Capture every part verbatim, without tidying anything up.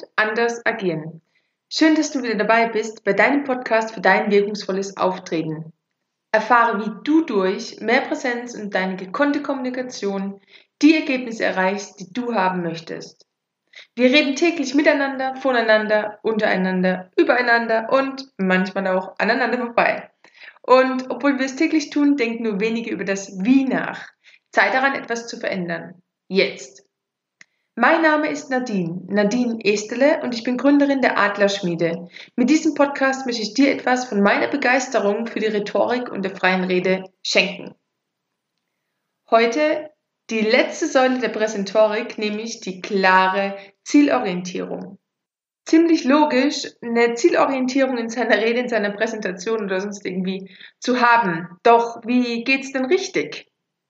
und anders agieren. Schön, dass du wieder dabei bist bei deinem Podcast für dein wirkungsvolles Auftreten. Erfahre, wie du durch mehr Präsenz und deine gekonnte Kommunikation die Ergebnisse erreichst, die du haben möchtest. Wir reden täglich miteinander, voneinander, untereinander, übereinander und manchmal auch aneinander vorbei. Und obwohl wir es täglich tun, denken nur wenige über das Wie nach. Zeit daran, etwas zu verändern. Jetzt. Mein Name ist Nadine, Nadine Estele, und ich bin Gründerin der Adlerschmiede. Mit diesem Podcast möchte ich dir etwas von meiner Begeisterung für die Rhetorik und der freien Rede schenken. Heute die letzte Säule der Präsentorik, nämlich die klare Zielorientierung. Ziemlich logisch, eine Zielorientierung in seiner Rede, in seiner Präsentation oder sonst irgendwie zu haben. Doch wie geht's denn richtig?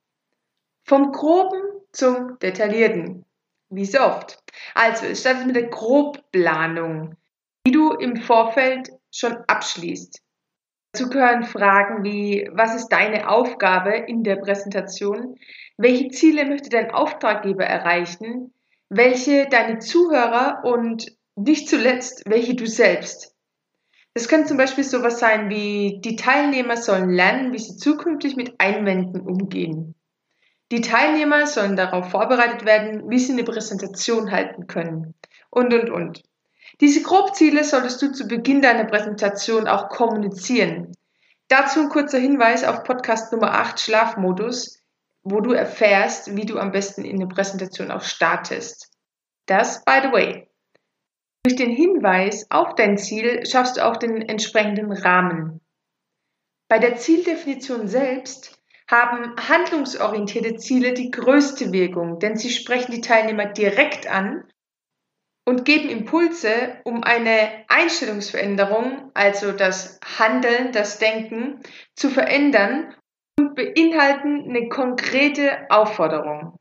Vom Groben zum Detaillierten. Wie so oft. Also, es startet mit der Grobplanung, die du im Vorfeld schon abschließt. Dazu gehören Fragen wie: Was ist deine Aufgabe in der Präsentation? Welche Ziele möchte dein Auftraggeber erreichen? Welche deine Zuhörer und nicht zuletzt, welche du selbst? Das kann zum Beispiel sowas sein wie: Die Teilnehmer sollen lernen, wie sie zukünftig mit Einwänden umgehen. Die Teilnehmer sollen darauf vorbereitet werden, wie sie eine Präsentation halten können. Und, und, und. Diese Grobziele solltest du zu Beginn deiner Präsentation auch kommunizieren. Dazu ein kurzer Hinweis auf Podcast Nummer acht, Schlafmodus, wo du erfährst, wie du am besten in eine Präsentation auch startest. Das by the way. Durch den Hinweis auf dein Ziel schaffst du auch den entsprechenden Rahmen. Bei der Zieldefinition selbst haben handlungsorientierte Ziele die größte Wirkung, denn sie sprechen die Teilnehmer direkt an und geben Impulse, um eine Einstellungsveränderung, also das Handeln, das Denken, zu verändern und beinhalten eine konkrete Aufforderung.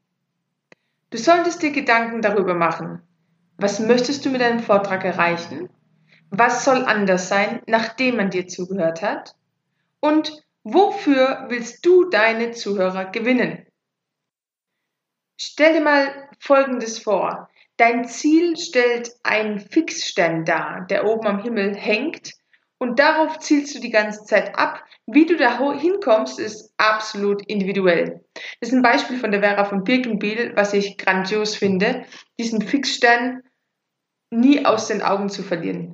Du solltest dir Gedanken darüber machen: Was möchtest du mit deinem Vortrag erreichen? Was soll anders sein, nachdem man dir zugehört hat? Und wofür willst du deine Zuhörer gewinnen? Stell dir mal Folgendes vor. Dein Ziel stellt einen Fixstern dar, der oben am Himmel hängt, und darauf zielst du die ganze Zeit ab. Wie du da hinkommst, ist absolut individuell. Das ist ein Beispiel von der Vera von Birkenbiel, was ich grandios finde, diesen Fixstern nie aus den Augen zu verlieren.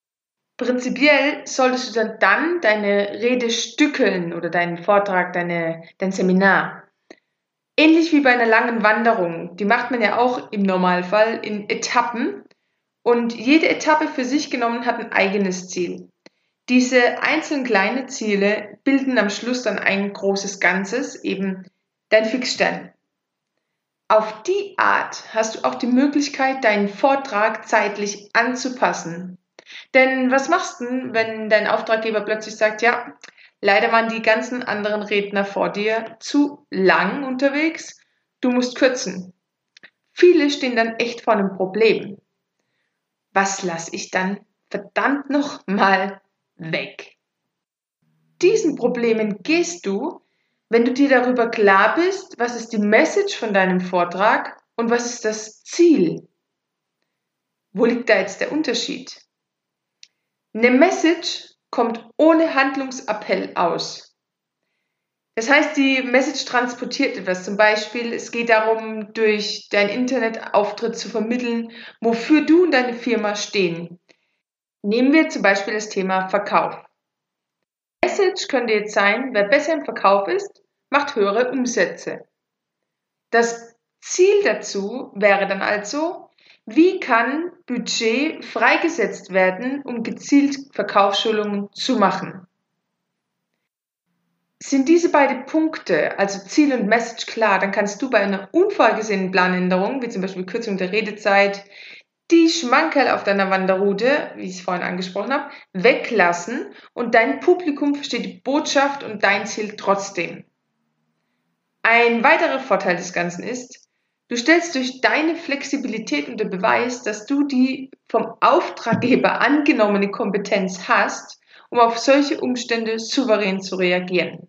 Prinzipiell solltest du dann, dann deine Rede stückeln oder deinen Vortrag, deine, dein Seminar. Ähnlich wie bei einer langen Wanderung. Die macht man ja auch im Normalfall in Etappen. Und jede Etappe für sich genommen hat ein eigenes Ziel. Diese einzelnen kleinen Ziele bilden am Schluss dann ein großes Ganzes, eben dein Fixstern. Auf die Art hast du auch die Möglichkeit, deinen Vortrag zeitlich anzupassen. Denn was machst du, wenn dein Auftraggeber plötzlich sagt: Ja, leider waren die ganzen anderen Redner vor dir zu lang unterwegs, du musst kürzen. Viele stehen dann echt vor einem Problem. Was lasse ich dann verdammt noch mal weg? Diesen Problemen gehst du, wenn du dir darüber klar bist, was ist die Message von deinem Vortrag und was ist das Ziel. Wo liegt da jetzt der Unterschied? Eine Message kommt ohne Handlungsappell aus. Das heißt, die Message transportiert etwas. Zum Beispiel, es geht darum, durch deinen Internetauftritt zu vermitteln, wofür du und deine Firma stehen. Nehmen wir zum Beispiel das Thema Verkauf. Die Message könnte jetzt sein: Wer besser im Verkauf ist, macht höhere Umsätze. Das Ziel dazu wäre dann also: Wie kann Budget freigesetzt werden, um gezielt Verkaufsschulungen zu machen? Sind diese beiden Punkte, also Ziel und Message, klar, dann kannst du bei einer unvorhergesehenen Planänderung, wie zum Beispiel Kürzung der Redezeit, die Schmankerl auf deiner Wanderroute, wie ich es vorhin angesprochen habe, weglassen und dein Publikum versteht die Botschaft und dein Ziel trotzdem. Ein weiterer Vorteil des Ganzen ist: Du stellst durch deine Flexibilität unter Beweis, dass du die vom Auftraggeber angenommene Kompetenz hast, um auf solche Umstände souverän zu reagieren.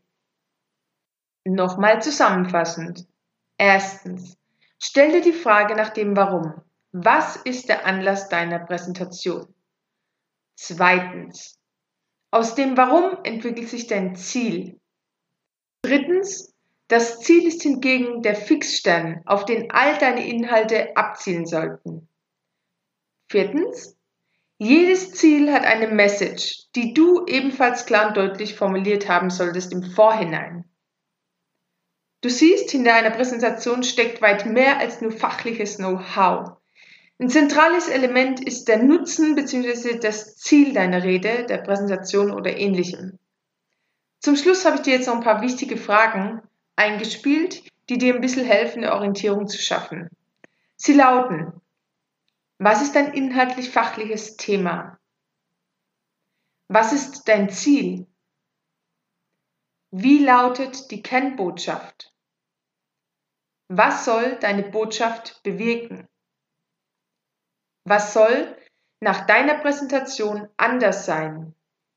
Nochmal zusammenfassend. Erstens, stell dir die Frage nach dem Warum. Was ist der Anlass deiner Präsentation? Zweitens, aus dem Warum entwickelt sich dein Ziel? Drittens, das Ziel ist hingegen der Fixstern, auf den all deine Inhalte abzielen sollten. Viertens, jedes Ziel hat eine Message, die du ebenfalls klar und deutlich formuliert haben solltest im Vorhinein. Du siehst, hinter einer Präsentation steckt weit mehr als nur fachliches Know-how. Ein zentrales Element ist der Nutzen bzw. das Ziel deiner Rede, der Präsentation oder ähnlichem. Zum Schluss habe ich dir jetzt noch ein paar wichtige Fragen eingespielt, die dir ein bisschen helfen, eine Orientierung zu schaffen. Sie lauten: Was ist dein inhaltlich-fachliches Thema? Was ist dein Ziel? Wie lautet die Kernbotschaft? Was soll deine Botschaft bewirken? Was soll nach deiner Präsentation anders sein?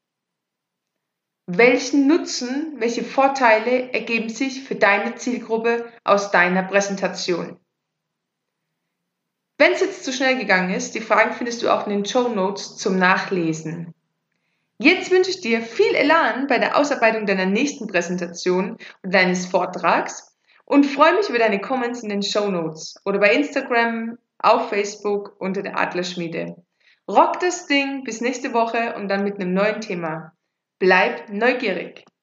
Welchen Nutzen, welche Vorteile ergeben sich für deine Zielgruppe aus deiner Präsentation? Wenn es jetzt zu schnell gegangen ist, die Fragen findest du auch in den Shownotes zum Nachlesen. Jetzt wünsche ich dir viel Elan bei der Ausarbeitung deiner nächsten Präsentation und deines Vortrags und freue mich über deine Comments in den Shownotes oder bei Instagram, auf Facebook unter der Adlerschmiede. Rock das Ding, bis nächste Woche und dann mit einem neuen Thema. Bleib neugierig!